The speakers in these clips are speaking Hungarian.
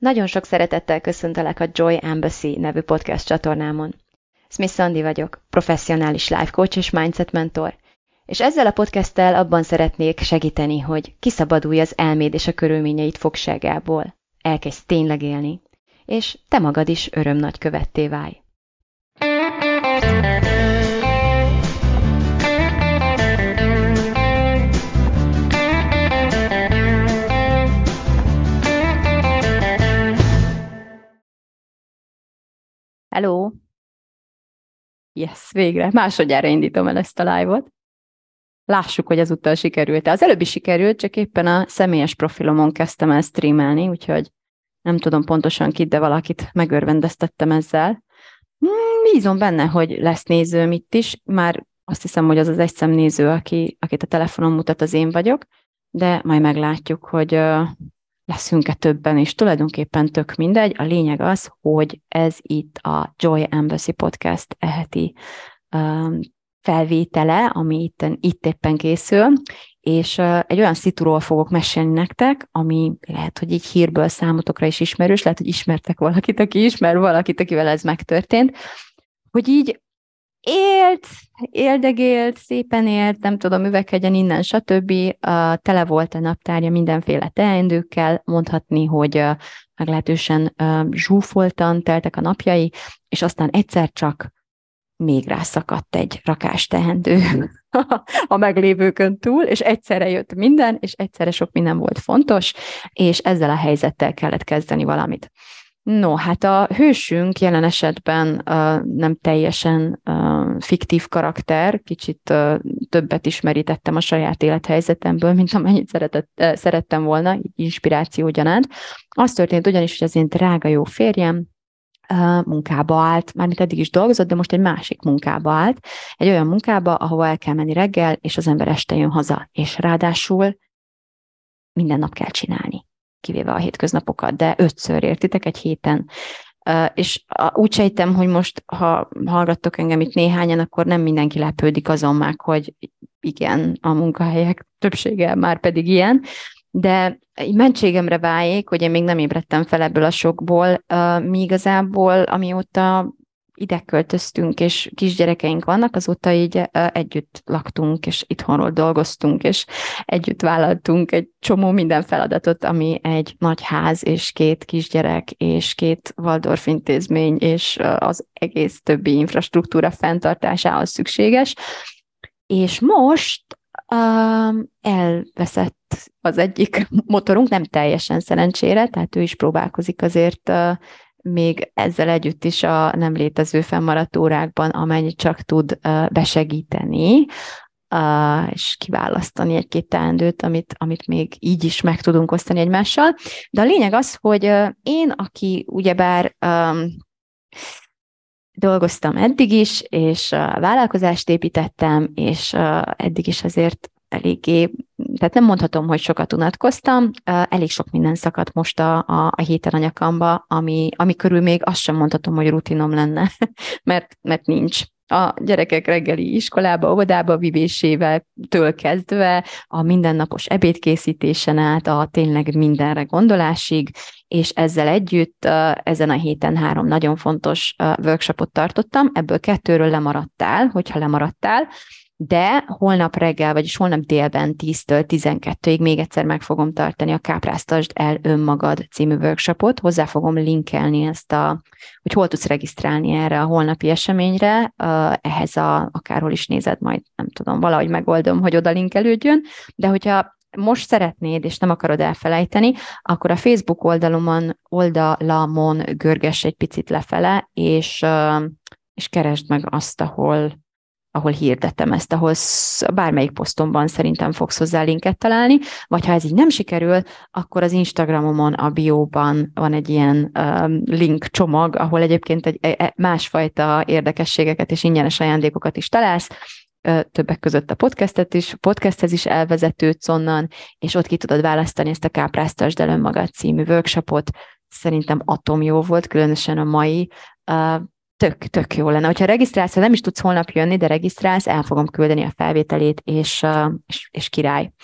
Nagyon sok szeretettel köszöntelek a Joy Embassy nevű podcast csatornámon. Smith Andi vagyok, professzionális life coach és mindset mentor, és ezzel a podcasttel abban szeretnék segíteni, hogy kiszabadulj az elméd és a körülményeid fogságából, elkezdj tényleg élni, és te magad is örömnagykövetté válj. Hello! Yes, végre. Másodjára indítom el ezt a live-ot. Lássuk, hogy ezúttal sikerült. Az előbb is sikerült, csak éppen a személyes profilomon kezdtem el streamelni, úgyhogy nem tudom pontosan kit, de valakit megörvendeztettem ezzel. Bízom benne, hogy lesz nézőm itt is. Már azt hiszem, hogy az az egy szemnéző, akit a telefonon mutat, az én vagyok, de majd meglátjuk, hogy leszünk-e többen, és tulajdonképpen tök mindegy. A lényeg az, hogy ez itt a Joy Embassy Podcast eheti felvétele, ami itt éppen készül, és egy olyan szituról fogok mesélni nektek, ami lehet, hogy így hírből számotokra is ismerős, lehet, hogy ismertek valakit, aki ismer valakit, akivel ez megtörtént, hogy így éldegélt, szépen élt, nem tudom, üveghegyen innen, stb. Tele volt a naptárja mindenféle teendőkkel, mondhatni, hogy meglehetősen zsúfoltan teltek a napjai, és aztán egyszer csak még rászakadt egy rakás teendő a meglévőkön túl, és egyszerre jött minden, és egyszerre sok minden volt fontos, és ezzel a helyzettel kellett kezdeni valamit. No, hát a hősünk jelen esetben nem teljesen fiktív karakter, kicsit többet ismerítettem a saját élethelyzetemből, mint amennyit szerettem volna, így inspiráció gyanánt. Az történt ugyanis, hogy az én drága jó férjem munkába állt, mármint eddig is dolgozott, de most egy másik munkába állt, egy olyan munkába, ahova el kell menni reggel, és az ember este jön haza, és ráadásul minden nap kell csinálni, kivéve a hétköznapokat, de 5-ször értitek egy héten. És úgy sejtem, hogy most, ha hallgattok engem itt néhányan, akkor nem mindenki lepődik azon meg, hogy igen, a munkahelyek többsége már pedig ilyen, de mentségemre váljék, hogy én még nem ébredtem fel ebből a sokból, mi igazából, amióta ide költöztünk, és kisgyerekeink vannak, azóta így együtt laktunk, és itthonról dolgoztunk, és együtt vállaltunk egy csomó minden feladatot, ami egy nagy ház, és 2 kisgyerek, és 2 Waldorf intézmény, és az egész többi infrastruktúra fenntartásához szükséges. És most elveszett az egyik motorunk, nem teljesen szerencsére, tehát ő is próbálkozik azért még ezzel együtt is a nem létező fennmaradt órákban, amennyit csak tud besegíteni, és kiválasztani egy-két teendőt, amit még így is meg tudunk osztani egymással. De a lényeg az, hogy én, aki ugyebár dolgoztam eddig is, és vállalkozást építettem, és eddig is azért eléggé, tehát nem mondhatom, hogy sokat unatkoztam, elég sok minden szakadt most a héten a nyakamba, ami körül még azt sem mondhatom, hogy rutinom lenne, mert nincs. A gyerekek reggeli iskolába, óvodába vivésével től kezdve, a mindennapos ebédkészítésen át, a tényleg mindenre gondolásig, és ezzel együtt ezen a héten 3 nagyon fontos workshopot tartottam, ebből 2-ről lemaradtál, hogyha lemaradtál, de holnap reggel, vagyis holnap délben 10-től 12-ig még egyszer meg fogom tartani a Kápráztasd el önmagad című workshopot. Hozzá fogom linkelni hogy hol tudsz regisztrálni erre a holnapi eseményre, ehhez akárhol is nézed, majd nem tudom, valahogy megoldom, hogy oda linkelődjön, de hogyha most szeretnéd, és nem akarod elfelejteni, akkor a Facebook oldalamon görgess egy picit lefele, és keresd meg azt, ahol hirdetem ezt, ahol bármelyik posztomban szerintem fogsz hozzá linket találni, vagy ha ez így nem sikerül, akkor az Instagramomon, a bióban van egy ilyen link csomag, ahol egyébként egy másfajta érdekességeket és ingyenes ajándékokat is találsz, többek között a podcasthez is elvezetődsz onnan, és ott ki tudod választani ezt a Kápráztasd el önmagad című workshopot. Szerintem atomjó volt, különösen a mai. Tök jó lenne. Hogyha regisztrálsz, ha nem is tudsz holnap jönni, de regisztrálsz, el fogom küldeni a felvételét, és király.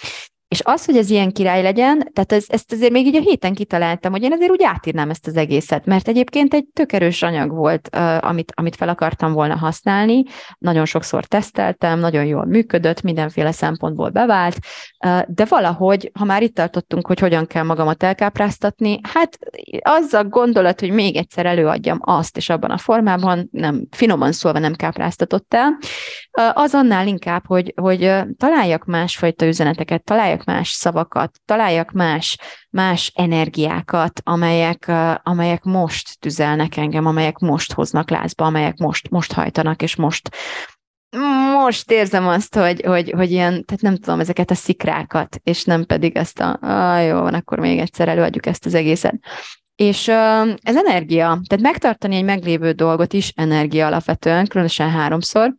És az, hogy ez ilyen király legyen, tehát ezt azért még így a héten kitaláltam, hogy én azért úgy átírnám ezt az egészet, mert egyébként egy tök erős anyag volt, amit fel akartam volna használni, nagyon sokszor teszteltem, nagyon jól működött, mindenféle szempontból bevált, de valahogy, ha már itt tartottunk, hogy hogyan kell magamat elkápráztatni, hát az a gondolat, hogy még egyszer előadjam azt, és abban a formában, nem, finoman szólva nem kápráztatott el, az annál inkább, hogy találjak másfajta üzeneteket, találjak más szavakat, találjak más energiákat, amelyek most tüzelnek engem, amelyek most hoznak lázba, amelyek most hajtanak, és most érzem azt, hogy ilyen, tehát nem tudom, ezeket a szikrákat, és nem pedig ezt jó van, akkor még egyszer előadjuk ezt az egészet. És ez energia, tehát megtartani egy meglévő dolgot is energia alapvetően, különösen 3-szor,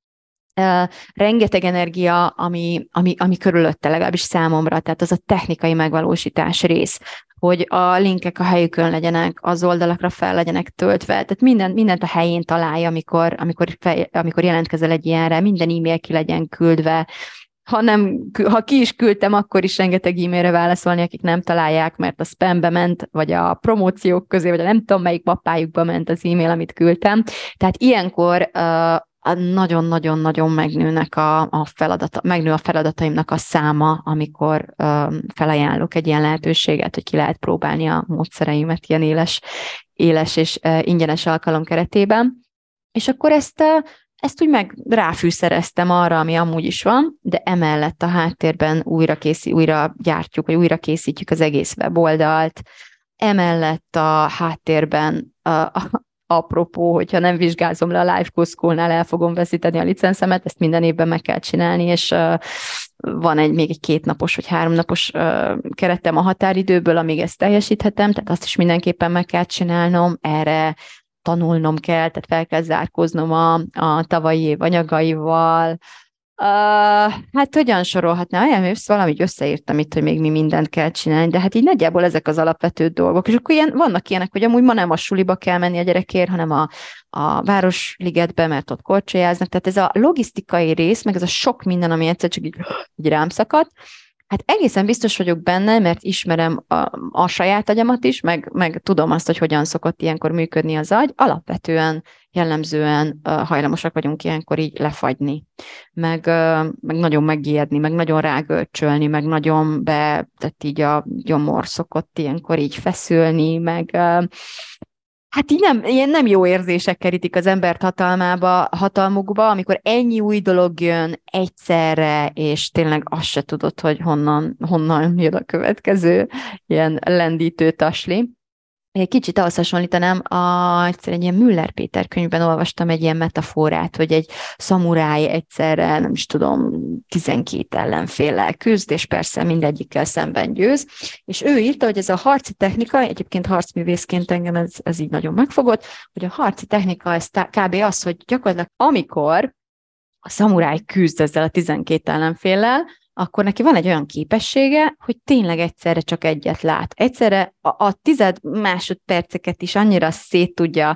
rengeteg energia, ami körülötte, legalábbis számomra, tehát az a technikai megvalósítás rész, hogy a linkek a helyükön legyenek, az oldalakra fel legyenek töltve, tehát mindent a helyén találja, amikor jelentkezel egy ilyenre, minden e-mail ki legyen küldve, ha ki is küldtem, akkor is rengeteg e-mailre válaszolni, akik nem találják, mert a spambe ment, vagy a promóciók közé, vagy a nem tudom melyik mappájukba ment az e-mail, amit küldtem. Tehát ilyenkor nagyon-nagyon-nagyon megnő a feladataimnak a száma, amikor felajánlok egy ilyen lehetőséget, hogy ki lehet próbálni a módszereimet ilyen éles és ingyenes alkalom keretében. És akkor ezt úgy meg ráfűszereztem arra, ami amúgy is van, de emellett a háttérben újra gyártjuk, vagy újra készítjük az egész weboldalt, emellett a háttérben apropó, hogyha nem vizsgázom le a Live Coach School-nál, el fogom veszíteni a licenszemet, ezt minden évben meg kell csinálni, és van még egy 2 napos vagy 3 napos keretem a határidőből, amíg ezt teljesíthetem, tehát azt is mindenképpen meg kell csinálnom, erre tanulnom kell, tehát fel kell zárkóznom a tavalyi év anyagaival. Hát hogyan sorolhatnám? Olyan, valamit összeírtam itt, hogy még mi mindent kell csinálni, de hát így nagyjából ezek az alapvető dolgok. És akkor vannak ilyenek, hogy amúgy ma nem a suliba kell menni a gyerekért, hanem a Városligetbe, mert ott korcsolyáznak. Tehát ez a logisztikai rész, meg ez a sok minden, ami egyszer csak így rám szakadt, hát egészen biztos vagyok benne, mert ismerem a saját agyamat is, meg tudom azt, hogy hogyan szokott ilyenkor működni az agy. Alapvetően, jellemzően hajlamosak vagyunk ilyenkor így lefagyni, meg nagyon megijedni, meg nagyon rágörcsölni, meg nagyon tehát így a gyomor szokott ilyenkor így feszülni, meg hát így ilyen nem jó érzések kerítik az embert hatalmukba, amikor ennyi új dolog jön egyszerre, és tényleg azt se tudod, hogy honnan jön a következő ilyen lendítő tasli. Egy kicsit ahhoz hasonlítanám, egyszer egy ilyen Müller Péter könyvben olvastam egy ilyen metaforát, hogy egy szamuráj egyszerre, nem is tudom, 12 ellenféllel küzd, és persze mindegyikkel szemben győz, és ő írta, hogy ez a harci technika, egyébként harcművészként engem ez így nagyon megfogott, hogy a harci technika ez kb. Az, hogy gyakorlatilag amikor a szamuráj küzd ezzel a 12 ellenféllel, akkor neki van egy olyan képessége, hogy tényleg egyszerre csak egyet lát. Egyszerre a 10 másodperceket is annyira szét tudja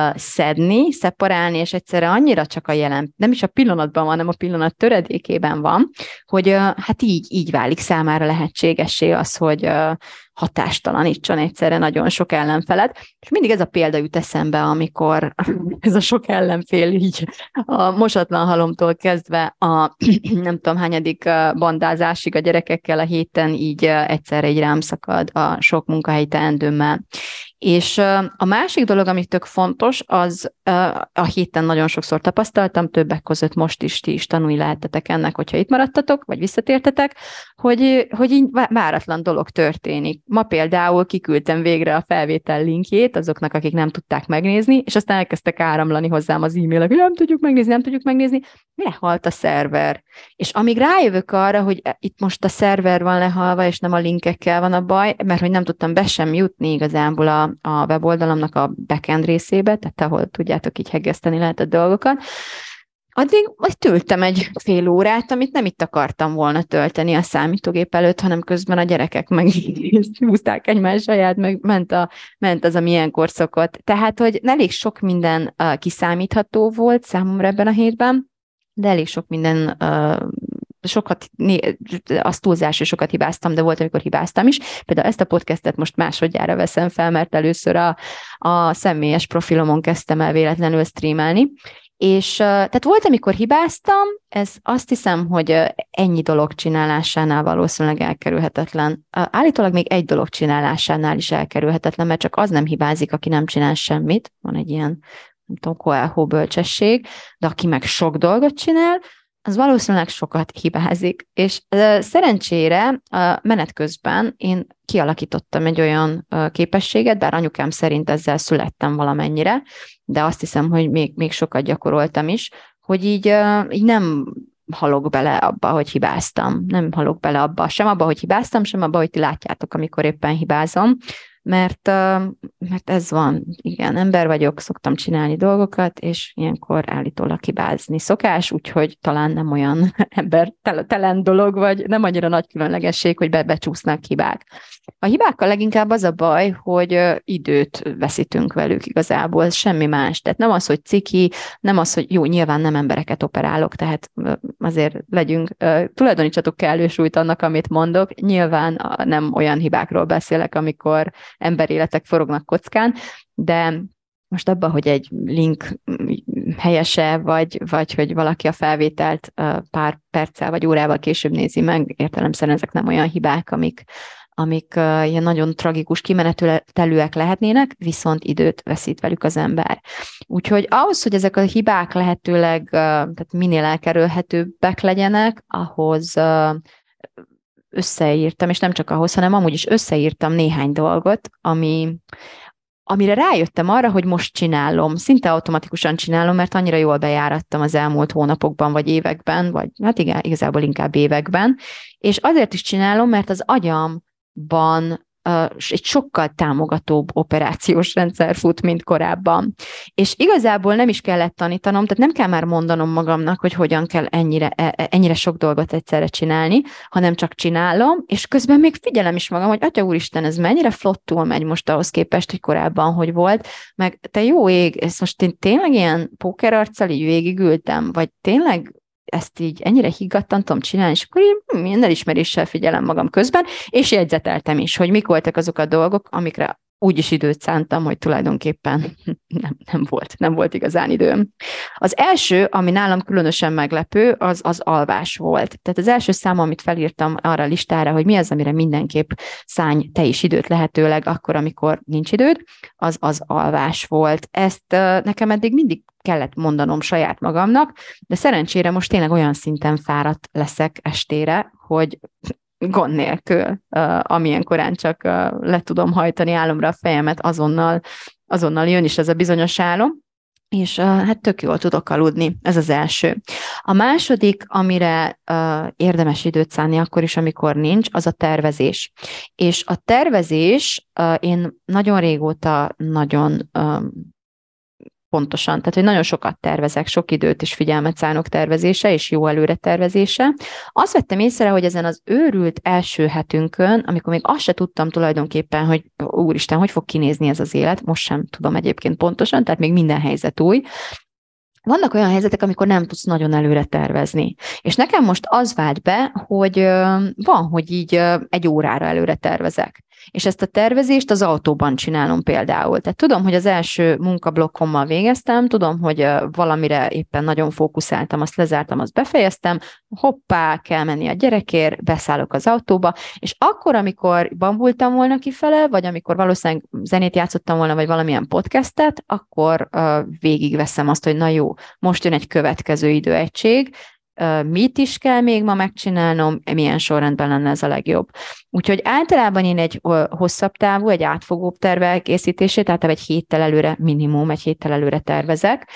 szedni, szeparálni, és egyszerre annyira csak a jelen, nem is a pillanatban van, hanem a pillanat töredékében van, hogy hát így válik számára lehetségessé az, hogy hatástalanítson egyszerre nagyon sok ellenfelet. És mindig ez a példa jut eszembe, amikor ez a sok ellenfél így a mosatlan halomtól kezdve a nem tudom hányadik bandázásig a gyerekekkel a héten így egyszerre így rám szakad a sok munkahelyi teendőmmel. És a másik dolog, ami tök fontos, az a héten nagyon sokszor tapasztaltam, többek között most is ti is tanulni lehetetek ennek, hogyha itt maradtatok, vagy visszatértetek, hogy így váratlan dolog történik. Ma például kiküldtem végre a felvétel linkjét azoknak, akik nem tudták megnézni, és aztán elkezdtek áramlani hozzám az e-mailek, hogy nem tudjuk megnézni, lehalt a szerver. És amíg rájövök arra, hogy itt most a szerver van lehalva, és nem a linkekkel van a baj, mert hogy nem tudtam be sem jutni igazából a weboldalamnak a backend részébe, tehát ahol tudjátok így heggeszteni lehet a dolgokat, addig töltem egy fél órát, amit nem itt akartam volna tölteni a számítógép előtt, hanem közben a gyerekek meg húzták egymás saját, meg ment az, ami ilyenkor szokott. Tehát, hogy elég sok minden kiszámítható volt számomra ebben a hétben, de elég sok minden az túlzás, hogy sokat hibáztam, de volt, amikor hibáztam is. Például ezt a podcastet most másodjára veszem fel, mert először a személyes profilomon kezdtem el véletlenül streamelni, és tehát volt, amikor hibáztam, ez azt hiszem, hogy ennyi dolog csinálásánál valószínűleg elkerülhetetlen. Állítólag még egy dolog csinálásánál is elkerülhetetlen, mert csak az nem hibázik, aki nem csinál semmit. Van egy ilyen, nem tudom, Coelho bölcsesség, de aki meg sok dolgot csinál, az valószínűleg sokat hibázik. És szerencsére menet közben én kialakítottam egy olyan képességet, bár anyukám szerint ezzel születtem valamennyire, de azt hiszem, hogy még sokat gyakoroltam is, hogy így nem halok bele abba, hogy hibáztam. Nem halok bele abba, sem abba, hogy hibáztam, sem abba, hogy ti látjátok, amikor éppen hibázom, mert ez van. Igen, ember vagyok, szoktam csinálni dolgokat, és ilyenkor állítólag hibázni szokás, úgyhogy talán nem olyan embertelen dolog, vagy nem annyira nagy különlegesség, hogy becsúsznak hibák. A hibákkal leginkább az a baj, hogy időt veszítünk velük igazából, semmi más. Tehát nem az, hogy ciki, nem az, hogy jó, nyilván nem embereket operálok, tehát azért legyünk, tulajdonítsatok kellő súlyt annak, amit mondok. Nyilván nem olyan hibákról beszélek, amikor emberéletek forognak kockán, de most abban, hogy egy link helyese, vagy hogy valaki a felvételt pár perccel vagy órával később nézi meg, értelemszerűen ezek nem olyan hibák, amik ilyen nagyon tragikus kimenetelőek lehetnének, viszont időt veszít velük az ember. Úgyhogy ahhoz, hogy ezek a hibák lehetőleg tehát minél elkerülhetőbbek legyenek, ahhoz összeírtam, és nem csak ahhoz, hanem amúgy is összeírtam néhány dolgot, amire rájöttem arra, hogy most csinálom, szinte automatikusan csinálom, mert annyira jól bejárattam az elmúlt hónapokban, vagy években, vagy hát igen, igazából inkább években, és azért is csinálom, mert az agyamban egy sokkal támogatóbb operációs rendszer fut, mint korábban. És igazából nem is kellett tanítanom, tehát nem kell már mondanom magamnak, hogy hogyan kell ennyire sok dolgot egyszerre csinálni, hanem csak csinálom, és közben még figyelem is magam, hogy atya úristen, ez mennyire flottul megy most ahhoz képest, hogy korábban hogy volt, meg te jó ég, ezt most én tényleg ilyen pókerarccal így végigültem, vagy tényleg ezt így ennyire higgadtan tudom csinálni, és akkor én minden elismeréssel figyelem magam közben, és jegyzeteltem is, hogy mik voltak azok a dolgok, amikre úgy is időt szántam, hogy tulajdonképpen nem volt igazán időm. Az első, ami nálam különösen meglepő, az alvás volt. Tehát az első szám, amit felírtam arra a listára, hogy mi az, amire mindenképp szállj te is időt lehetőleg akkor, amikor nincs időd, az alvás volt. Ezt nekem eddig mindig kellett mondanom saját magamnak, de szerencsére most tényleg olyan szinten fáradt leszek estére, hogy gond nélkül, amilyen korán csak le tudom hajtani álomra a fejemet, azonnal jön is ez a bizonyos álom, és hát tök jól tudok aludni, ez az első. A második, amire érdemes időt szánni akkor is, amikor nincs, az a tervezés. És a tervezés, én nagyon régóta nagyon pontosan, tehát hogy nagyon sokat tervezek, sok időt és figyelmet szánok tervezése, és jó előre tervezése. Azt vettem észre, hogy ezen az őrült első hetünkön, amikor még azt se tudtam tulajdonképpen, hogy úristen, hogy fog kinézni ez az élet, most sem tudom egyébként pontosan, tehát még minden helyzet új. Vannak olyan helyzetek, amikor nem tudsz nagyon előre tervezni. És nekem most az vált be, hogy van, hogy így egy órára előre tervezek. És ezt a tervezést az autóban csinálom például. Tehát tudom, hogy az első munkablokkommal végeztem, tudom, hogy valamire éppen nagyon fókuszáltam, azt lezártam, azt befejeztem, hoppá, kell menni a gyerekért, beszállok az autóba, és akkor, amikor bambultam volna kifele, vagy amikor valószínűleg zenét játszottam volna, vagy valamilyen podcastet, akkor végigveszem azt, hogy na jó, most jön egy következő időegység, mit is kell még ma megcsinálnom, milyen sorrendben lenne ez a legjobb. Úgyhogy általában én egy hosszabb távú, egy átfogóbb terve elkészítését, tehát egy héttel előre, minimum egy héttel előre tervezek,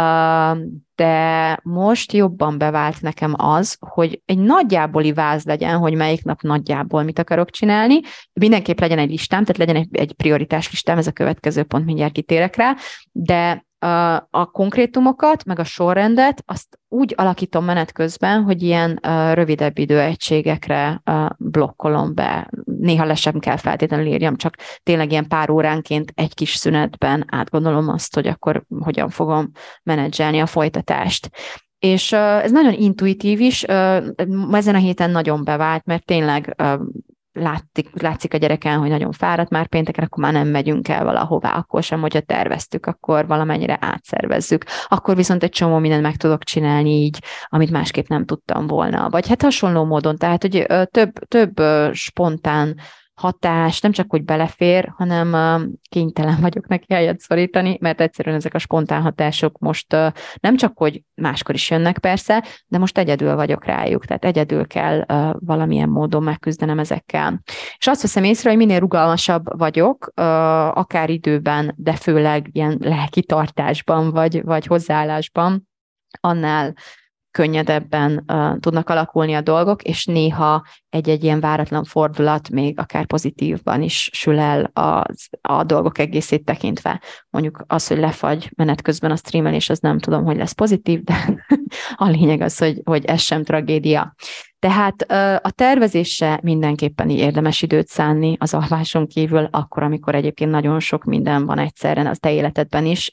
de most jobban bevált nekem az, hogy egy nagyjáboli váz legyen, hogy melyik nap nagyjából mit akarok csinálni. Mindenképp legyen egy listám, tehát legyen egy prioritás listám, ez a következő pont, mindjárt kitérek rá, de a konkrétumokat, meg a sorrendet, azt úgy alakítom menet közben, hogy ilyen rövidebb időegységekre blokkolom be. Néha le sem kell feltétlenül írjam, csak tényleg ilyen pár óránként egy kis szünetben átgondolom azt, hogy akkor hogyan fogom menedzselni a folytatást. És ez nagyon intuitív is, ezen a héten nagyon bevált, mert tényleg látszik a gyereken, hogy nagyon fáradt már pénteken, akkor már nem megyünk el valahová, akkor sem, hogyha terveztük, akkor valamennyire átszervezzük. Akkor viszont egy csomó mindent meg tudok csinálni így, amit másképp nem tudtam volna. Vagy hát hasonló módon, tehát hogy több spontán hatás, nem csak, hogy belefér, hanem kénytelen vagyok neki helyet szorítani, mert egyszerűen ezek a spontán hatások most nem csak, hogy máskor is jönnek persze, de most egyedül vagyok rájuk, tehát egyedül kell valamilyen módon megküzdenem ezekkel. És azt veszem észre, hogy minél rugalmasabb vagyok, akár időben, de főleg ilyen lelki tartásban, vagy hozzáállásban, annál könnyedebben tudnak alakulni a dolgok, és néha egy-egy ilyen váratlan fordulat még akár pozitívban is sül el a dolgok egészét tekintve. Mondjuk az, hogy lefagy menet közben a streamelés, az nem tudom, hogy lesz pozitív, de a lényeg az, hogy ez sem tragédia. Tehát a tervezésre mindenképpen érdemes időt szánni az alváson kívül, akkor, amikor egyébként nagyon sok minden van egyszerre az te életedben is,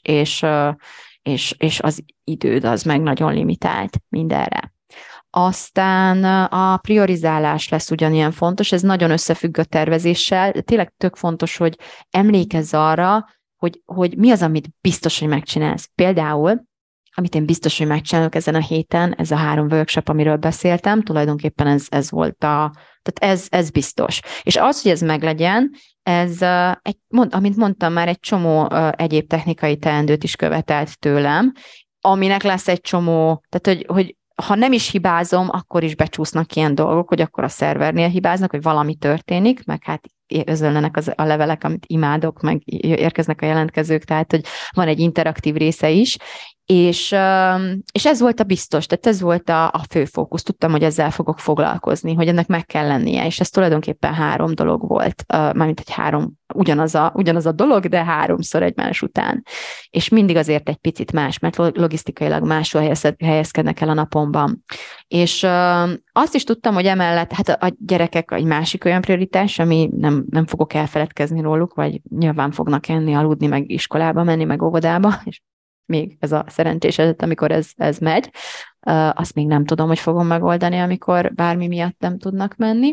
és az időd az meg nagyon limitált mindenre. Aztán a priorizálás lesz ugyanilyen fontos, ez nagyon összefügg a tervezéssel, tényleg tök fontos, hogy emlékezz arra, hogy mi az, amit biztos, hogy megcsinálsz. Például, amit én biztos, hogy megcsinálok ezen a héten, ez a 3 workshop, amiről beszéltem, tulajdonképpen ez volt tehát ez biztos. És az, hogy ez meglegyen, ez, amint mondtam már, egy csomó egyéb technikai teendőt is követelt tőlem, aminek lesz egy csomó, tehát hogy ha nem is hibázom, akkor is becsúsznak ilyen dolgok, hogy akkor a szervernél hibáznak, hogy valami történik, meg hát özönlenek a levelek, amit imádok, meg érkeznek a jelentkezők, tehát hogy van egy interaktív része is, és ez volt a biztos, tehát ez volt a fő fókusz. Tudtam, hogy ezzel fogok foglalkozni, hogy ennek meg kell lennie, és ez tulajdonképpen 3 dolog volt, mármint egy 3, ugyanaz a dolog, de 3-szor egymás után. És mindig azért egy picit más, mert logisztikailag máshol helyezkednek el a napomban. És azt is tudtam, hogy emellett, hát a gyerekek egy másik olyan prioritás, ami nem fogok elfeledkezni róluk, vagy nyilván fognak enni, aludni, meg iskolába menni, meg óvodába, és még ez a szerencsés eset, amikor ez megy. Azt még nem tudom, hogy fogom megoldani, amikor bármi miatt nem tudnak menni.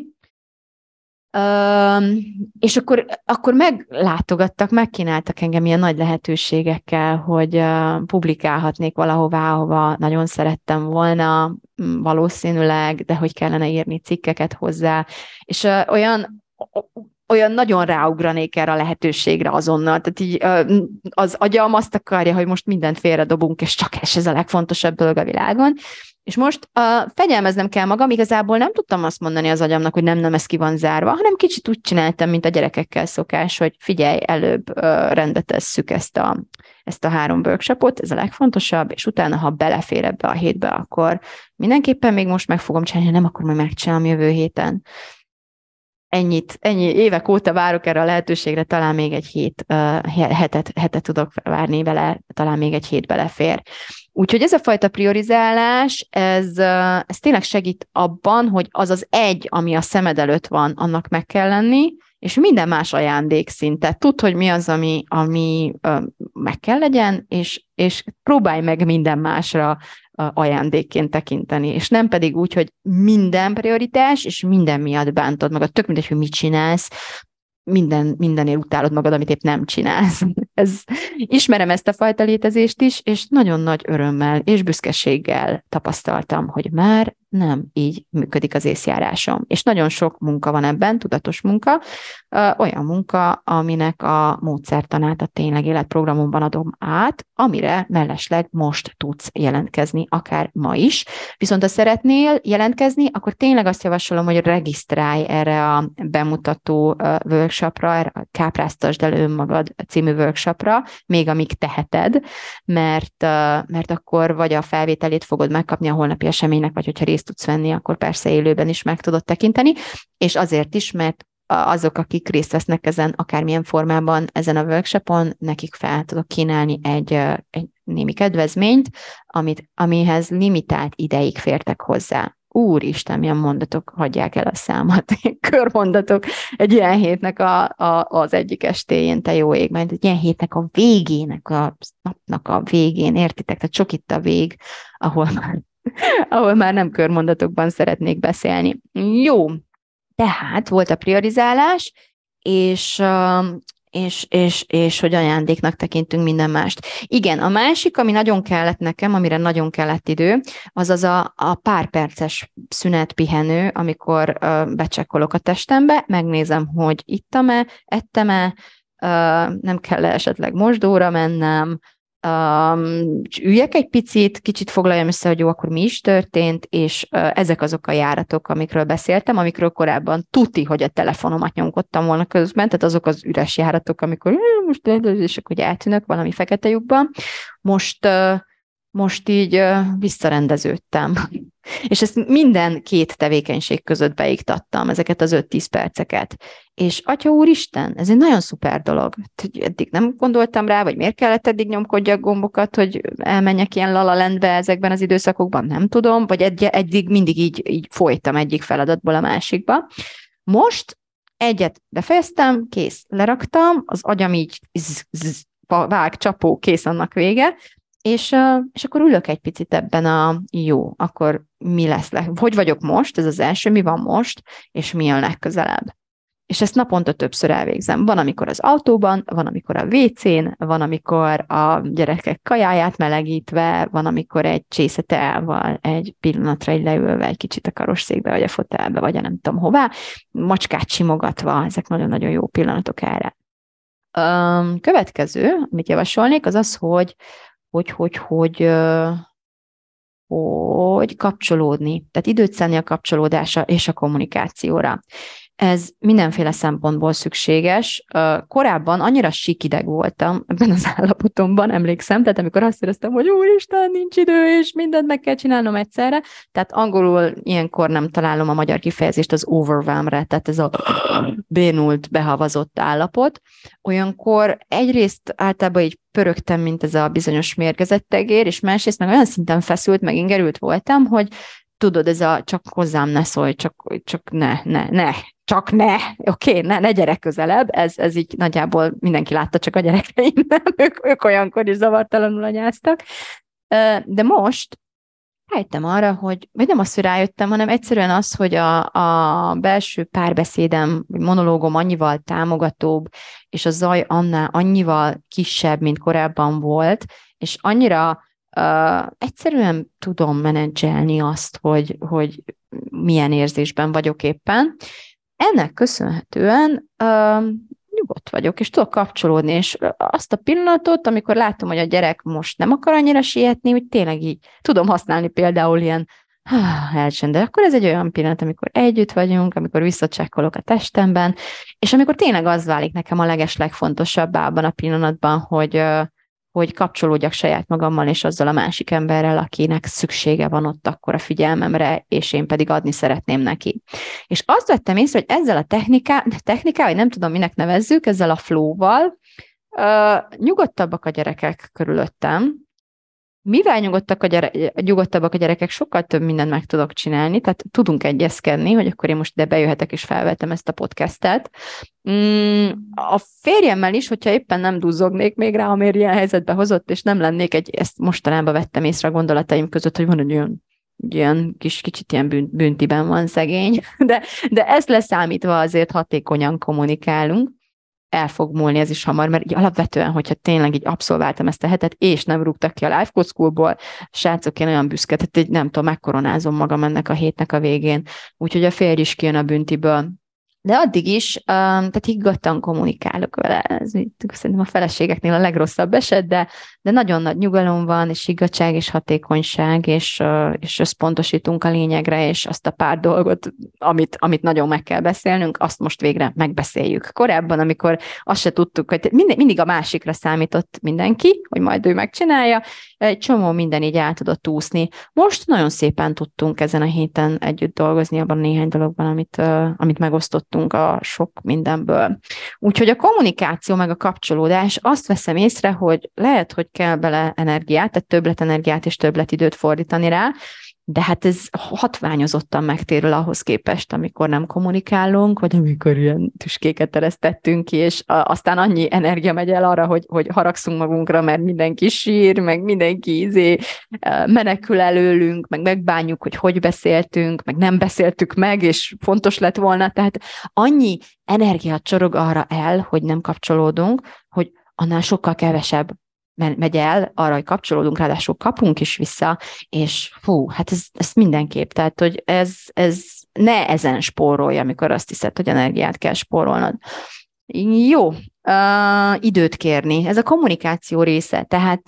És akkor meglátogattak, megkínáltak engem ilyen nagy lehetőségekkel, hogy publikálhatnék valahová, ahova nagyon szerettem volna, valószínűleg, de hogy kellene írni cikkeket hozzá. És olyan nagyon ráugranék erre a lehetőségre azonnal. Tehát így az agyam azt akarja, hogy most mindent félredobunk, és csak ez a legfontosabb dolog a világon. És most fegyelmeznem kell magam, igazából nem tudtam azt mondani az agyamnak, hogy nem, ez ki van zárva, hanem kicsit úgy csináltam, mint a gyerekekkel szokás, hogy figyelj, előbb rendbe tesszük ezt a 3 workshopot, ez a legfontosabb, és utána, ha belefér ebbe a hétbe, akkor mindenképpen még most meg fogom csinálni, nem, akkor majd megcsinálom jövő héten. Ennyi évek óta várok erre a lehetőségre, talán még egy hetet tudok várni vele, talán még egy hét belefér. Úgyhogy ez a fajta priorizálás, ez tényleg segít abban, hogy az egy, ami a szemed előtt van, annak meg kell lenni, és minden más ajándék szinte. Tudd, hogy mi az, ami meg kell legyen, és próbálj meg minden másra ajándékként tekinteni, és nem pedig úgy, hogy minden prioritás, és minden miatt bántod magad. Tök mindegy, hogy mit csinálsz, mindenért utálod magad, amit épp nem csinálsz. Ismerem ezt a fajta létezést is, és nagyon nagy örömmel és büszkeséggel tapasztaltam, hogy már nem így működik az észjárásom. És nagyon sok munka van ebben, tudatos munka, olyan munka, aminek a módszertanát a Tényleg Élet programomban adom át, amire mellesleg most tudsz jelentkezni, akár ma is. Viszont ha szeretnél jelentkezni, akkor tényleg azt javasolom, hogy regisztrálj erre a bemutató workshopra, erre a Kápráztasd el önmagad című workshopra, még amíg teheted, mert akkor vagy a felvételét fogod megkapni a holnapi eseménynek, vagy hogyha részt tudsz venni, akkor persze élőben is meg tudod tekinteni, és azért is, mert azok, akik részt vesznek ezen, akármilyen formában ezen a workshopon, nekik fel tudok kínálni egy némi kedvezményt, amihez limitált ideig fértek hozzá. úristen, milyen mondatok hagyják el a számat, körmondatok egy ilyen hétnek az egyik estéjén, te jó ég, majd egy ilyen hétnek a végének, a napnak a végén, értitek? Tehát sok itt a vég, ahol már nem körmondatokban szeretnék beszélni. Jó, tehát volt a priorizálás, és hogy ajándéknak tekintünk minden mást. Igen, a másik, ami nagyon kellett nekem, amire nagyon kellett idő, az a pár perces szünet, pihenő, amikor becsekkolok a testembe, megnézem, hogy ittam-e, ettem-e, nem kell esetleg mosdóra mennem, üljek egy picit, kicsit foglaljam össze, hogy jó, akkor mi is történt, és ezek azok a járatok, amikről beszéltem, amikről korábban tuti, hogy a telefonomat nyomkodtam volna közben, tehát azok az üres járatok, amikor most és akkor eltűnök valami fekete lyukban. Most így visszarendeződtem. És ezt minden két tevékenység között beiktattam, ezeket az 5-10 perceket. És Atya Úristen, ez egy nagyon szuper dolog. Eddig nem gondoltam rá, vagy miért kellett eddig nyomkodjak gombokat, hogy elmenjek ilyen La La Landbe ezekben az időszakokban, nem tudom, vagy eddig mindig így folytam egyik feladatból a másikba. Most egyet befejeztem, kész, leraktam, az agyam így vág, csapó, kész, annak vége, és akkor ülök egy picit ebben jó, akkor mi lesz? Hogy vagyok most? Ez az első, mi van most, és mi jön legközelebb? És ezt naponta többször elvégzem. Van, amikor az autóban, van, amikor a WC-n, van, amikor a gyerekek kajáját melegítve, van, amikor egy csésze teával, egy pillanatra így leülve, egy kicsit a karosszékbe, vagy a fotelbe, vagy a nem tudom hová, macskát simogatva, ezek nagyon-nagyon jó pillanatok erre. Következő, amit javasolnék, az az, hogy kapcsolódni, tehát időt szánni a kapcsolódásra és a kommunikációra. Ez mindenféle szempontból szükséges. Korábban annyira sikideg voltam ebben az állapotomban, emlékszem, tehát amikor azt éreztem, hogy úristen, nincs idő, és mindent meg kell csinálnom egyszerre, tehát angolul ilyenkor nem találom a magyar kifejezést az overwhelmre, tehát ez a bénult, behavazott állapot. Olyankor egyrészt általában így pörögtem, mint ez a bizonyos mérgezett tegér, és másrészt meg olyan szinten feszült, meg ingerült voltam, hogy tudod, ez a csak hozzám ne szólj, csak ne, oké, ne gyere közelebb, ez így nagyjából mindenki látta, csak a gyerekeim nem, ők olyankor is zavartalanul anyáztak. De most rájöttem arra, vagy nem azt, hogy rájöttem, hanem egyszerűen az, hogy a belső párbeszédem, vagy monológom annyival támogatóbb, és a zaj annál annyival kisebb, mint korábban volt, és annyira egyszerűen tudom menedzselni azt, hogy milyen érzésben vagyok éppen. Ennek köszönhetően nyugodt vagyok, és tudok kapcsolódni, és azt a pillanatot, amikor látom, hogy a gyerek most nem akar annyira sietni, hogy tényleg így tudom használni például ilyen elcsend, de akkor ez egy olyan pillanat, amikor együtt vagyunk, amikor visszacsekkolok a testemben, és amikor tényleg az válik nekem a legfontosabbá abban a pillanatban, hogy kapcsolódjak saját magammal és azzal a másik emberrel, akinek szüksége van ott akkor a figyelmemre, és én pedig adni szeretném neki. És azt vettem észre, hogy ezzel a technikával, nem tudom, minek nevezzük, ezzel a flow-val, nyugodtabbak a gyerekek körülöttem. Mivel nyugodtabbak a gyerekek, sokkal több mindent meg tudok csinálni, tehát tudunk egyezkedni, hogy akkor én most ide bejöhetek és felvettem ezt a podcastet. A férjemmel is, hogyha éppen nem duzzognék még rá, amért ilyen helyzetbe hozott, és nem lennék ezt mostanában vettem észre a gondolataim között, hogy van egy olyan kicsit ilyen büntiben van szegény, de ezt leszámítva azért hatékonyan kommunikálunk. El fog múlni ez is hamar, mert így alapvetően, hogyha tényleg így abszolváltam ezt a hetet, és nem rúgtak ki a Life Coach Schoolból, srácok, én olyan büszke, tehát így nem tudom, megkoronázom magam ennek a hétnek a végén. Úgyhogy a férj is kijön a büntiből. De addig is, tehát higgadtan kommunikálok vele. Ez szerintem a feleségeknél a legrosszabb eset, de nagyon nagy nyugalom van, és higgadtság, és hatékonyság, és összpontosítunk a lényegre, és azt a pár dolgot, amit nagyon meg kell beszélnünk, azt most végre megbeszéljük. Korábban, amikor azt se tudtuk, hogy mindig a másikra számított mindenki, hogy majd ő megcsinálja, egy csomó minden így el tudott úszni. Most nagyon szépen tudtunk ezen a héten együtt dolgozni abban néhány dologban, amit megosztottunk a sok mindenből. Úgyhogy a kommunikáció meg a kapcsolódás, azt veszem észre, hogy lehet, hogy kell bele energiát, tehát többletenergiát és többletidőt fordítani rá, de hát ez hatványozottan megtérül ahhoz képest, amikor nem kommunikálunk, vagy amikor ilyen tüskéket eresztettünk ki, és aztán annyi energia megy el arra, hogy haragszunk magunkra, mert mindenki sír, meg mindenki menekül előlünk, meg megbánjuk, hogy beszéltünk, meg nem beszéltük meg, és fontos lett volna. Tehát annyi energia csorog arra el, hogy nem kapcsolódunk, hogy annál sokkal kevesebb megy el arra, hogy kapcsolódunk, ráadásul kapunk is vissza, és hát ez mindenképp, tehát, hogy ez ne ezen spórolj, amikor azt hiszed, hogy energiát kell spórolnod. Jó, időt kérni, ez a kommunikáció része, tehát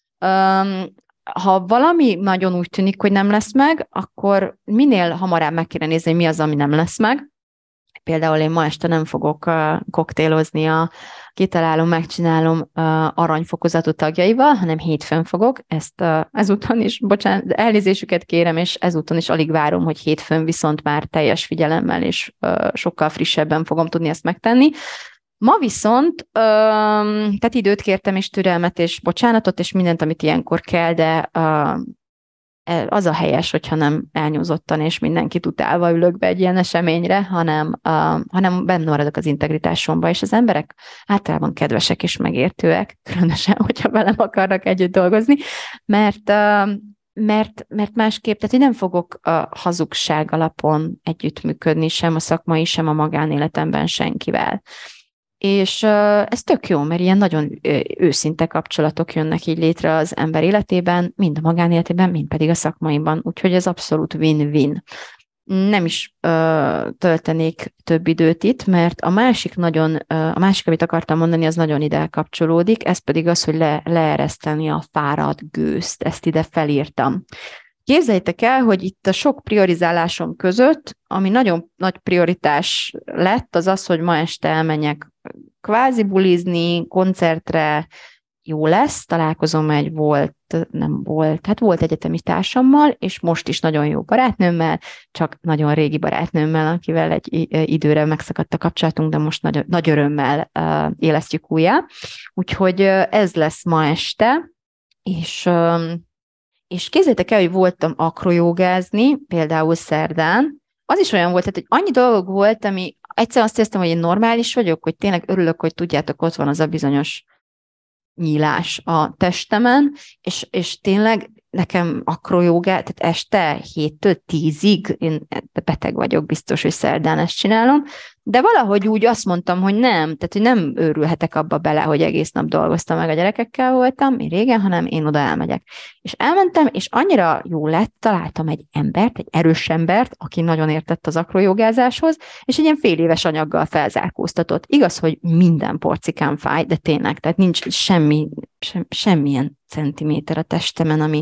ha valami nagyon úgy tűnik, hogy nem lesz meg, akkor minél hamarabb meg kéne nézni, hogy mi az, ami nem lesz meg. Például én ma este nem fogok koktélozni kitalálom, megcsinálom aranyfokozatú tagjaival, hanem hétfőn fogok. Ezt ezúton is, bocsánat, elnézésüket kérem, és ezúton is alig várom, hogy hétfőn viszont már teljes figyelemmel és sokkal frissebben fogom tudni ezt megtenni. Ma viszont, tehát időt kértem, és türelmet, és bocsánatot, és mindent, amit ilyenkor kell, de az a helyes, hogyha nem elnyúzottan és mindenkit utálva ülök be egy ilyen eseményre, hanem benne maradok az integritásomba, és az emberek általában kedvesek és megértőek, különösen, hogyha velem akarnak együtt dolgozni, mert másképp, tehát én nem fogok hazugság alapon együttműködni sem a szakmai, sem a magánéletemben senkivel. És ez tök jó, mert ilyen nagyon őszinte kapcsolatok jönnek így létre az ember életében, mind a magánéletében, mind pedig a szakmaiban, úgyhogy ez abszolút win-win. Nem is töltenék több időt itt, mert a másik, amit akartam mondani, az nagyon ide kapcsolódik, ez pedig az, hogy leereszteni a fáradt gőzt, ezt ide felírtam. Képzeljétek el, hogy itt a sok priorizálásom között, ami nagyon nagy prioritás lett, az az, hogy ma este elmenjek kvázi bulizni, koncertre, jó lesz, találkozom volt egyetemi társammal, és most is nagyon jó barátnőmmel, csak nagyon régi barátnőmmel, akivel egy időre megszakadt a kapcsolatunk, de most nagy örömmel élesztjük újjá. Úgyhogy ez lesz ma este, és képzeljétek el, hogy voltam akrojogázni, például szerdán. Az is olyan volt, tehát, hogy annyi dolog volt, ami egyszerűen azt éreztem, hogy én normális vagyok, hogy tényleg örülök, hogy tudjátok, ott van az a bizonyos nyílás a testemen, és tényleg nekem akrojogá, tehát este 7-től 10-ig, én beteg vagyok, biztos, hogy szerdán ezt csinálom, de valahogy úgy azt mondtam, hogy nem, tehát hogy nem őrülhetek abba bele, hogy egész nap dolgoztam, meg a gyerekekkel voltam, én régen, hanem én oda elmegyek. És elmentem, és annyira jó lett, találtam egy erős embert, aki nagyon értett az akrojogázáshoz, és egy ilyen fél éves anyaggal felzárkóztatott. Igaz, hogy minden porcikán fáj, de tényleg, tehát nincs semmilyen centiméter a testemen, ami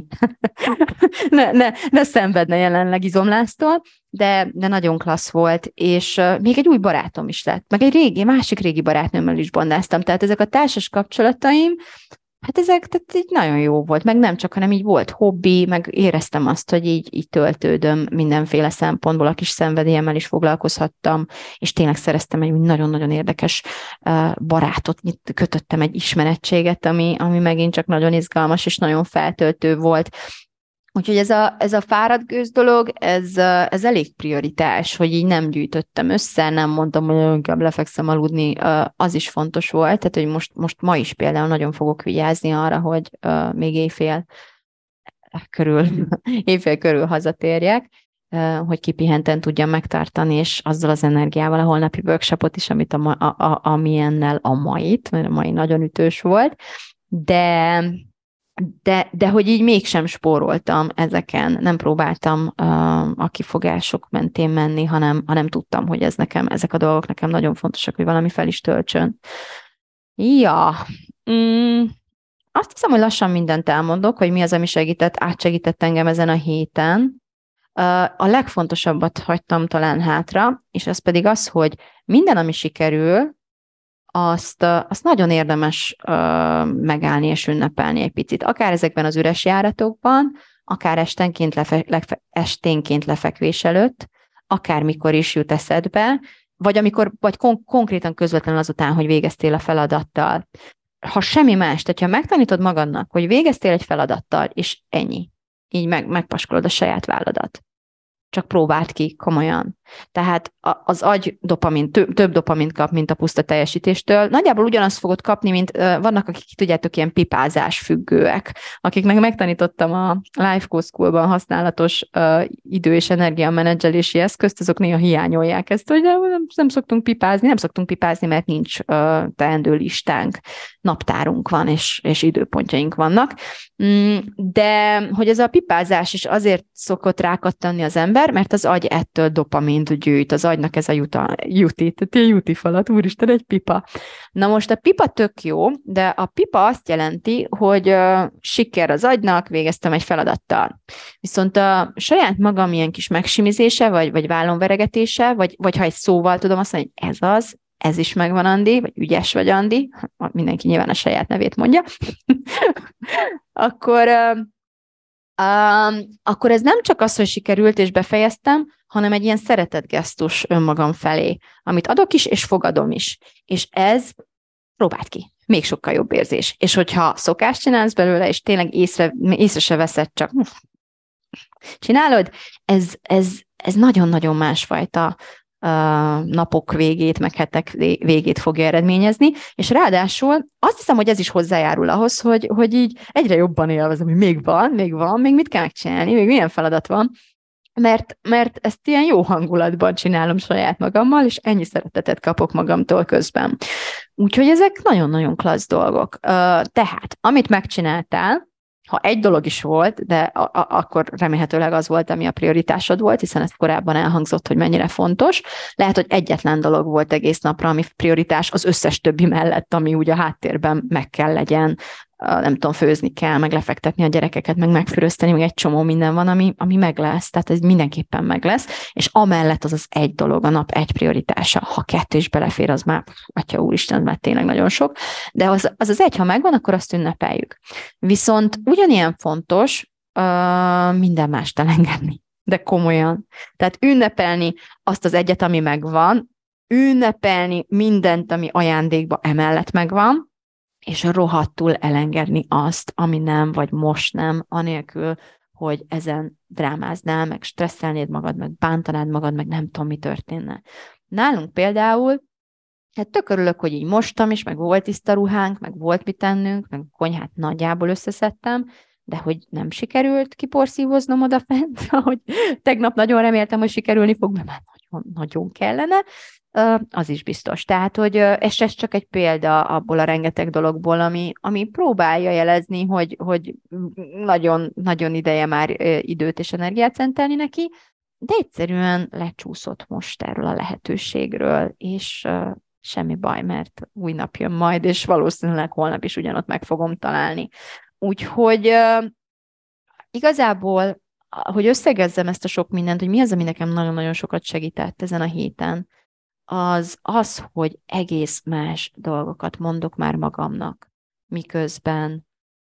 ne szenvedne jelenleg izomláztól, de nagyon klassz volt, és még egy új barátom is lett, meg egy másik régi barátnőmmel is bandáztam, tehát ezek a társas kapcsolataim, hát tehát így nagyon jó volt, meg nem csak, hanem így volt hobbi, meg éreztem azt, hogy így töltődöm mindenféle szempontból, a kis szenvedélyemmel is foglalkozhattam, és tényleg szereztem egy nagyon-nagyon érdekes barátot, kötöttem egy ismerettséget, ami megint csak nagyon izgalmas, és nagyon feltöltő volt. Úgyhogy ez a fáradt gőz dolog, ez elég prioritás, hogy így nem gyűjtöttem össze, nem mondtam, hogy inkább lefekszem aludni, az is fontos volt, tehát hogy most ma is például nagyon fogok vigyázni arra, hogy még éjfél körül hazatérjek, hogy kipihenten tudjam megtartani, és azzal az energiával a holnapi workshopot is, amit amilyennel a mait, mert a mai nagyon ütős volt, de hogy így mégsem spóroltam ezeken, nem próbáltam a kifogások mentén menni, hanem tudtam, hogy ezek a dolgok nekem nagyon fontosak, hogy valami fel is töltsön. Ja, azt hiszem, hogy lassan mindent elmondok, hogy mi az, ami átsegített engem ezen a héten. A legfontosabbat hagytam talán hátra, és ez pedig az, hogy minden, ami sikerül, azt nagyon érdemes megállni és ünnepelni egy picit. Akár ezekben az üres járatokban, akár esténként lefekvés előtt, akár mikor is jut eszedbe, vagy konkrétan közvetlenül azután, hogy végeztél a feladattal. Ha semmi más, tehát ha megtanítod magadnak, hogy végeztél egy feladattal, és ennyi. így megpaskolod a saját válladat. Csak próbáld ki komolyan. Tehát az agy több dopamint kap, mint a puszta teljesítéstől. Nagyjából ugyanazt fogod kapni, mint vannak, akik, tudjátok, ilyen pipázás függőek, akik megtanítottam a Life Coach School-ban használatos idő- és energiamenedzselési eszközt, azok néha hiányolják ezt, hogy nem szoktunk pipázni, mert nincs teendő listánk, naptárunk van, és időpontjaink vannak. De hogy ez a pipázás is azért szokott rákattanni az ember, mert az agy ettől dopamint gyűjt, az agynak ez a juti falat, úristen, egy pipa. Na most a pipa tök jó, de a pipa azt jelenti, hogy siker az agynak, végeztem egy feladattal. Viszont a saját magam ilyen kis megsimizése, vagy vállonveregetése, vagy ha egy szóval tudom azt mondani, hogy ez is megvan, Andi, vagy ügyes vagy, Andi, mindenki nyilván a saját nevét mondja, akkor ez nem csak az, hogy sikerült és befejeztem, hanem egy ilyen szeretetgesztus önmagam felé, amit adok is, és fogadom is. És ez, próbáld ki, még sokkal jobb érzés. És hogyha szokást csinálsz belőle, és tényleg észre se veszed, csak csinálod, ez nagyon-nagyon másfajta napok végét, meg hetek végét fogja eredményezni, és ráadásul azt hiszem, hogy ez is hozzájárul ahhoz, hogy így egyre jobban élvezem, hogy még mit kell megcsinálni, még milyen feladat van, mert ezt ilyen jó hangulatban csinálom saját magammal, és ennyi szeretetet kapok magamtól közben. Úgyhogy ezek nagyon-nagyon klassz dolgok. Tehát, amit megcsináltál, ha egy dolog is volt, de akkor remélhetőleg az volt, ami a prioritásod volt, hiszen ez korábban elhangzott, hogy mennyire fontos. Lehet, hogy egyetlen dolog volt egész napra, ami prioritás az összes többi mellett, ami úgy a háttérben meg kell legyen, nem tudom, főzni kell, meg lefektetni a gyerekeket, meg megfürözteni, meg egy csomó minden van, ami meg lesz, tehát ez mindenképpen meg lesz, és amellett az egy dolog, a nap egy prioritása. Ha kettő is belefér, az már, atya úristen, már tényleg nagyon sok, de az egy, ha megvan, akkor azt ünnepeljük. Viszont ugyanilyen fontos minden mást elengedni, de komolyan. Tehát ünnepelni azt az egyet, ami megvan, ünnepelni mindent, ami ajándékba emellett megvan, és rohadtul elengedni azt, ami nem, vagy most nem, anélkül, hogy ezen drámáznál, meg stresszelnéd magad, meg bántanád magad, meg nem tudom, mi történne. Nálunk például, hát tök örülök, hogy így mostam is, meg volt tiszta ruhánk, meg volt mit tennünk, meg a konyhát nagyjából összeszedtem, de hogy nem sikerült kiporszívoznom odafent, hogy tegnap nagyon reméltem, hogy sikerülni fog, mert már nagyon kellene, az is biztos. Tehát, hogy ez csak egy példa abból a rengeteg dologból, ami próbálja jelezni, hogy nagyon, nagyon ideje már időt és energiát szentelni neki, de egyszerűen lecsúszott most erről a lehetőségről, és semmi baj, mert új nap jön majd, és valószínűleg holnap is ugyanott meg fogom találni. Úgyhogy igazából, hogy összegezzem ezt a sok mindent, hogy mi az, ami nekem nagyon-nagyon sokat segített ezen a héten, az, hogy egész más dolgokat mondok már magamnak, miközben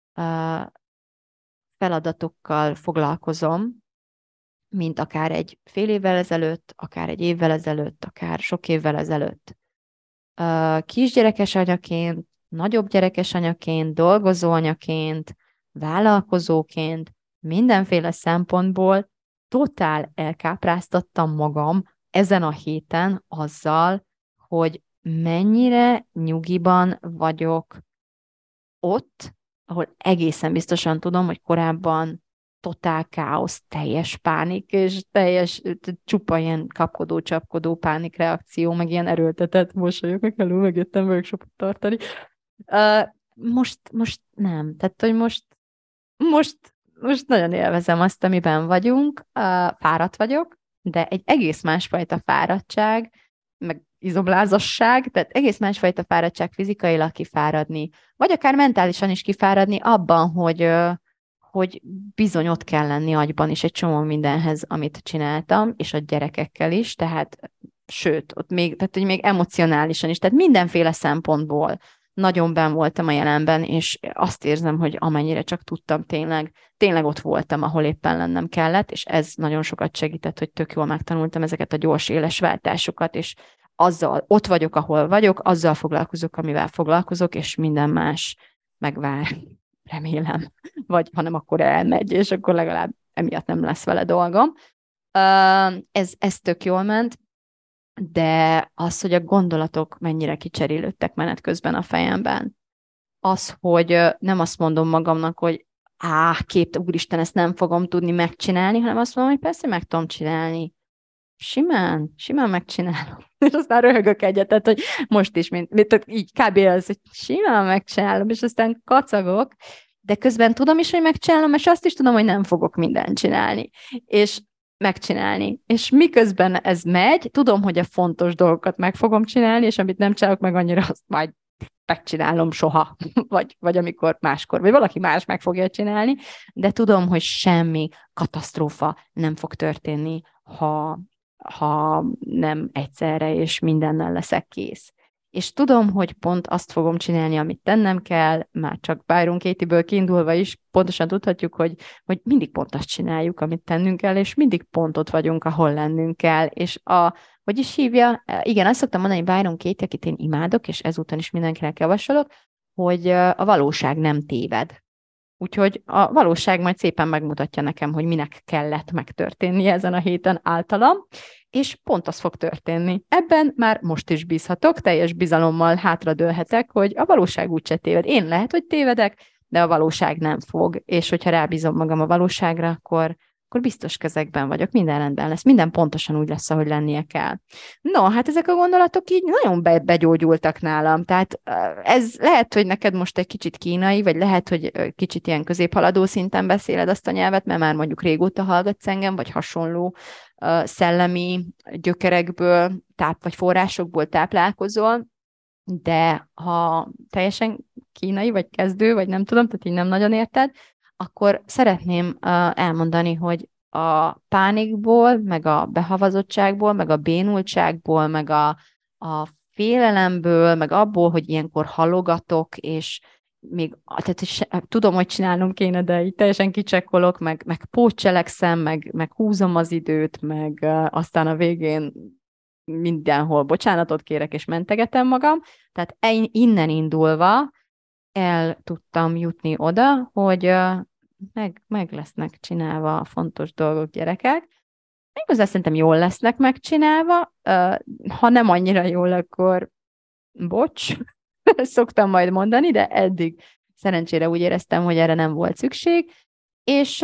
feladatokkal foglalkozom, mint akár egy fél évvel ezelőtt, akár egy évvel ezelőtt, akár sok évvel ezelőtt. Kisgyerekes anyaként, nagyobb gyerekes anyaként, dolgozó anyaként, vállalkozóként, mindenféle szempontból totál elkápráztattam magam ezen a héten azzal, hogy mennyire nyugiban vagyok ott, ahol egészen biztosan tudom, hogy korábban totál káosz, teljes pánik, és teljes csupa ilyen kapkodó-csapkodó pánikreakció, meg ilyen erőltetett mosolyok, meg hello, megjöttem workshopot tartani. Most nem. Tehát, hogy most nagyon élvezem azt, amiben vagyunk, fáradt vagyok, de egy egész másfajta fáradtság, meg izomlázasság, tehát egész másfajta fáradtság fizikailag kifáradni, vagy akár mentálisan is kifáradni abban, hogy bizony ott kell lenni agyban is egy csomó mindenhez, amit csináltam, és a gyerekekkel is, tehát sőt, ott még, tehát, hogy még emocionálisan is, tehát mindenféle szempontból nagyon benn voltam a jelenben, és azt érzem, hogy amennyire csak tudtam, tényleg ott voltam, ahol éppen lennem kellett, és ez nagyon sokat segített, hogy tök jól megtanultam ezeket a gyors éles váltásokat, és azzal ott vagyok, ahol vagyok, azzal foglalkozok, amivel foglalkozok, és minden más megvár. remélem, vagy hanem akkor elmegy, és akkor legalább emiatt nem lesz vele dolgom. Ez tök jól ment, de az, hogy a gondolatok mennyire kicserélődtek menet közben a fejemben, az, hogy nem azt mondom magamnak, hogy úristen, ezt nem fogom tudni megcsinálni, hanem azt mondom, hogy persze meg tudom csinálni. Simán megcsinálom. És aztán röhögök egyet, tehát, hogy most is, mint így kb. Az, hogy simán megcsinálom, és aztán kacagok, de közben tudom is, hogy megcsinálom, és azt is tudom, hogy nem fogok mindent csinálni. És megcsinálni. És miközben ez megy, tudom, hogy a fontos dolgokat meg fogom csinálni, és amit nem csinálok meg annyira, azt majd megcsinálom soha, vagy amikor máskor, vagy valaki más meg fogja csinálni, de tudom, hogy semmi katasztrófa nem fog történni, ha nem egyszerre és mindennel leszek kész. És tudom, hogy pont azt fogom csinálni, amit tennem kell, már csak Byron Katie-ből kiindulva is pontosan tudhatjuk, hogy mindig pont azt csináljuk, amit tennünk kell, és mindig pont ott vagyunk, ahol lennünk kell, és hogy is hívja? Igen, azt szoktam mondani, Byron Katie, akit én imádok, és ezúton is mindenkinek javasolok, hogy a valóság nem téved. Úgyhogy a valóság majd szépen megmutatja nekem, hogy minek kellett megtörténni ezen a héten általam, és pont az fog történni. Ebben már most is bízhatok, teljes bizalommal hátradőlhetek, hogy a valóság úgyse téved. Én lehet, hogy tévedek, de a valóság nem fog, és hogyha rábízom magam a valóságra, akkor biztos kezekben vagyok, minden rendben lesz, minden pontosan úgy lesz, ahogy lennie kell. No, hát ezek a gondolatok így nagyon begyógyultak nálam, tehát ez lehet, hogy neked most egy kicsit kínai, vagy lehet, hogy kicsit ilyen középhaladó szinten beszéled azt a nyelvet, mert már mondjuk régóta hallgatsz engem, vagy hasonló szellemi gyökerekből, vagy forrásokból táplálkozol, de ha teljesen kínai, vagy kezdő, vagy nem tudom, tehát így nem nagyon érted, akkor szeretném elmondani, hogy a pánikból, meg a behavazottságból, meg a bénultságból, meg a félelemből, meg abból, hogy ilyenkor halogatok, és még tudom, hogy csinálnom kéne, de így teljesen kicsekkolok, meg pótcselekszem, meg húzom az időt, meg aztán a végén mindenhol bocsánatot kérek, és mentegetem magam. Tehát innen indulva el tudtam jutni oda, hogy meg lesznek csinálva a fontos dolgok, gyerekek. Méghozzá szerintem jól lesznek megcsinálva, ha nem annyira jól, akkor bocs, szoktam majd mondani, de eddig szerencsére úgy éreztem, hogy erre nem volt szükség, és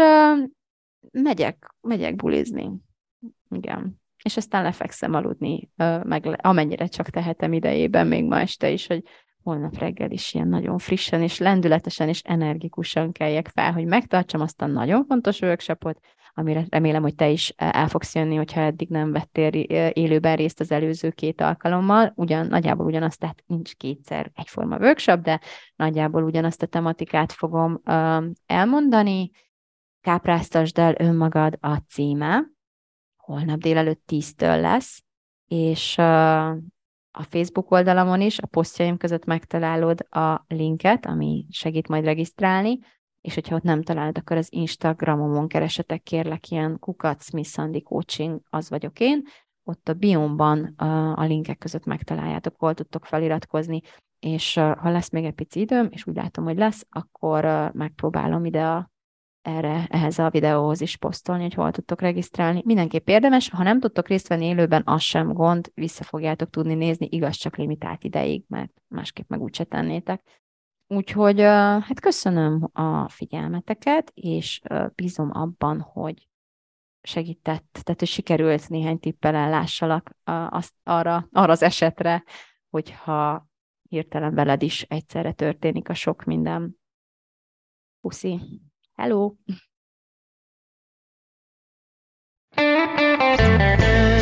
megyek bulizni. Igen. És aztán lefekszem aludni, amennyire csak tehetem idejében, még ma este is, hogy holnap reggel is ilyen nagyon frissen és lendületesen és energikusan keljek fel, hogy megtartsam azt a nagyon fontos workshopot, amire remélem, hogy te is el fogsz jönni, hogyha eddig nem vettél élőben részt az előző 2 alkalommal. Nagyjából ugyanazt, tehát nincs kétszer egyforma workshop, de nagyjából ugyanazt a tematikát fogom elmondani. Kápráztasd el önmagad a címe. Holnap délelőtt 10-től lesz, és a Facebook oldalamon is, a posztjaim között megtalálod a linket, ami segít majd regisztrálni, és hogyha ott nem találod, akkor az Instagramomon keresetek, kérlek, ilyen Smith Sandy Coaching, az vagyok én. Ott a biomban a linkek között megtaláljátok, hol tudtok feliratkozni, és ha lesz még egy pici időm, és úgy látom, hogy lesz, akkor megpróbálom ide ehhez a videóhoz is posztolni, hogy hol tudtok regisztrálni. Mindenképp érdemes, ha nem tudtok részt venni élőben, az sem gond, vissza fogjátok tudni nézni, igaz, csak limitált ideig, mert másképp meg úgyse tennétek. Úgyhogy hát köszönöm a figyelmeteket, és bízom abban, hogy segített, tehát hogy sikerült néhány tippel ellássalak arra az esetre, hogyha hirtelen veled is egyszerre történik a sok minden. Puszi! Hello!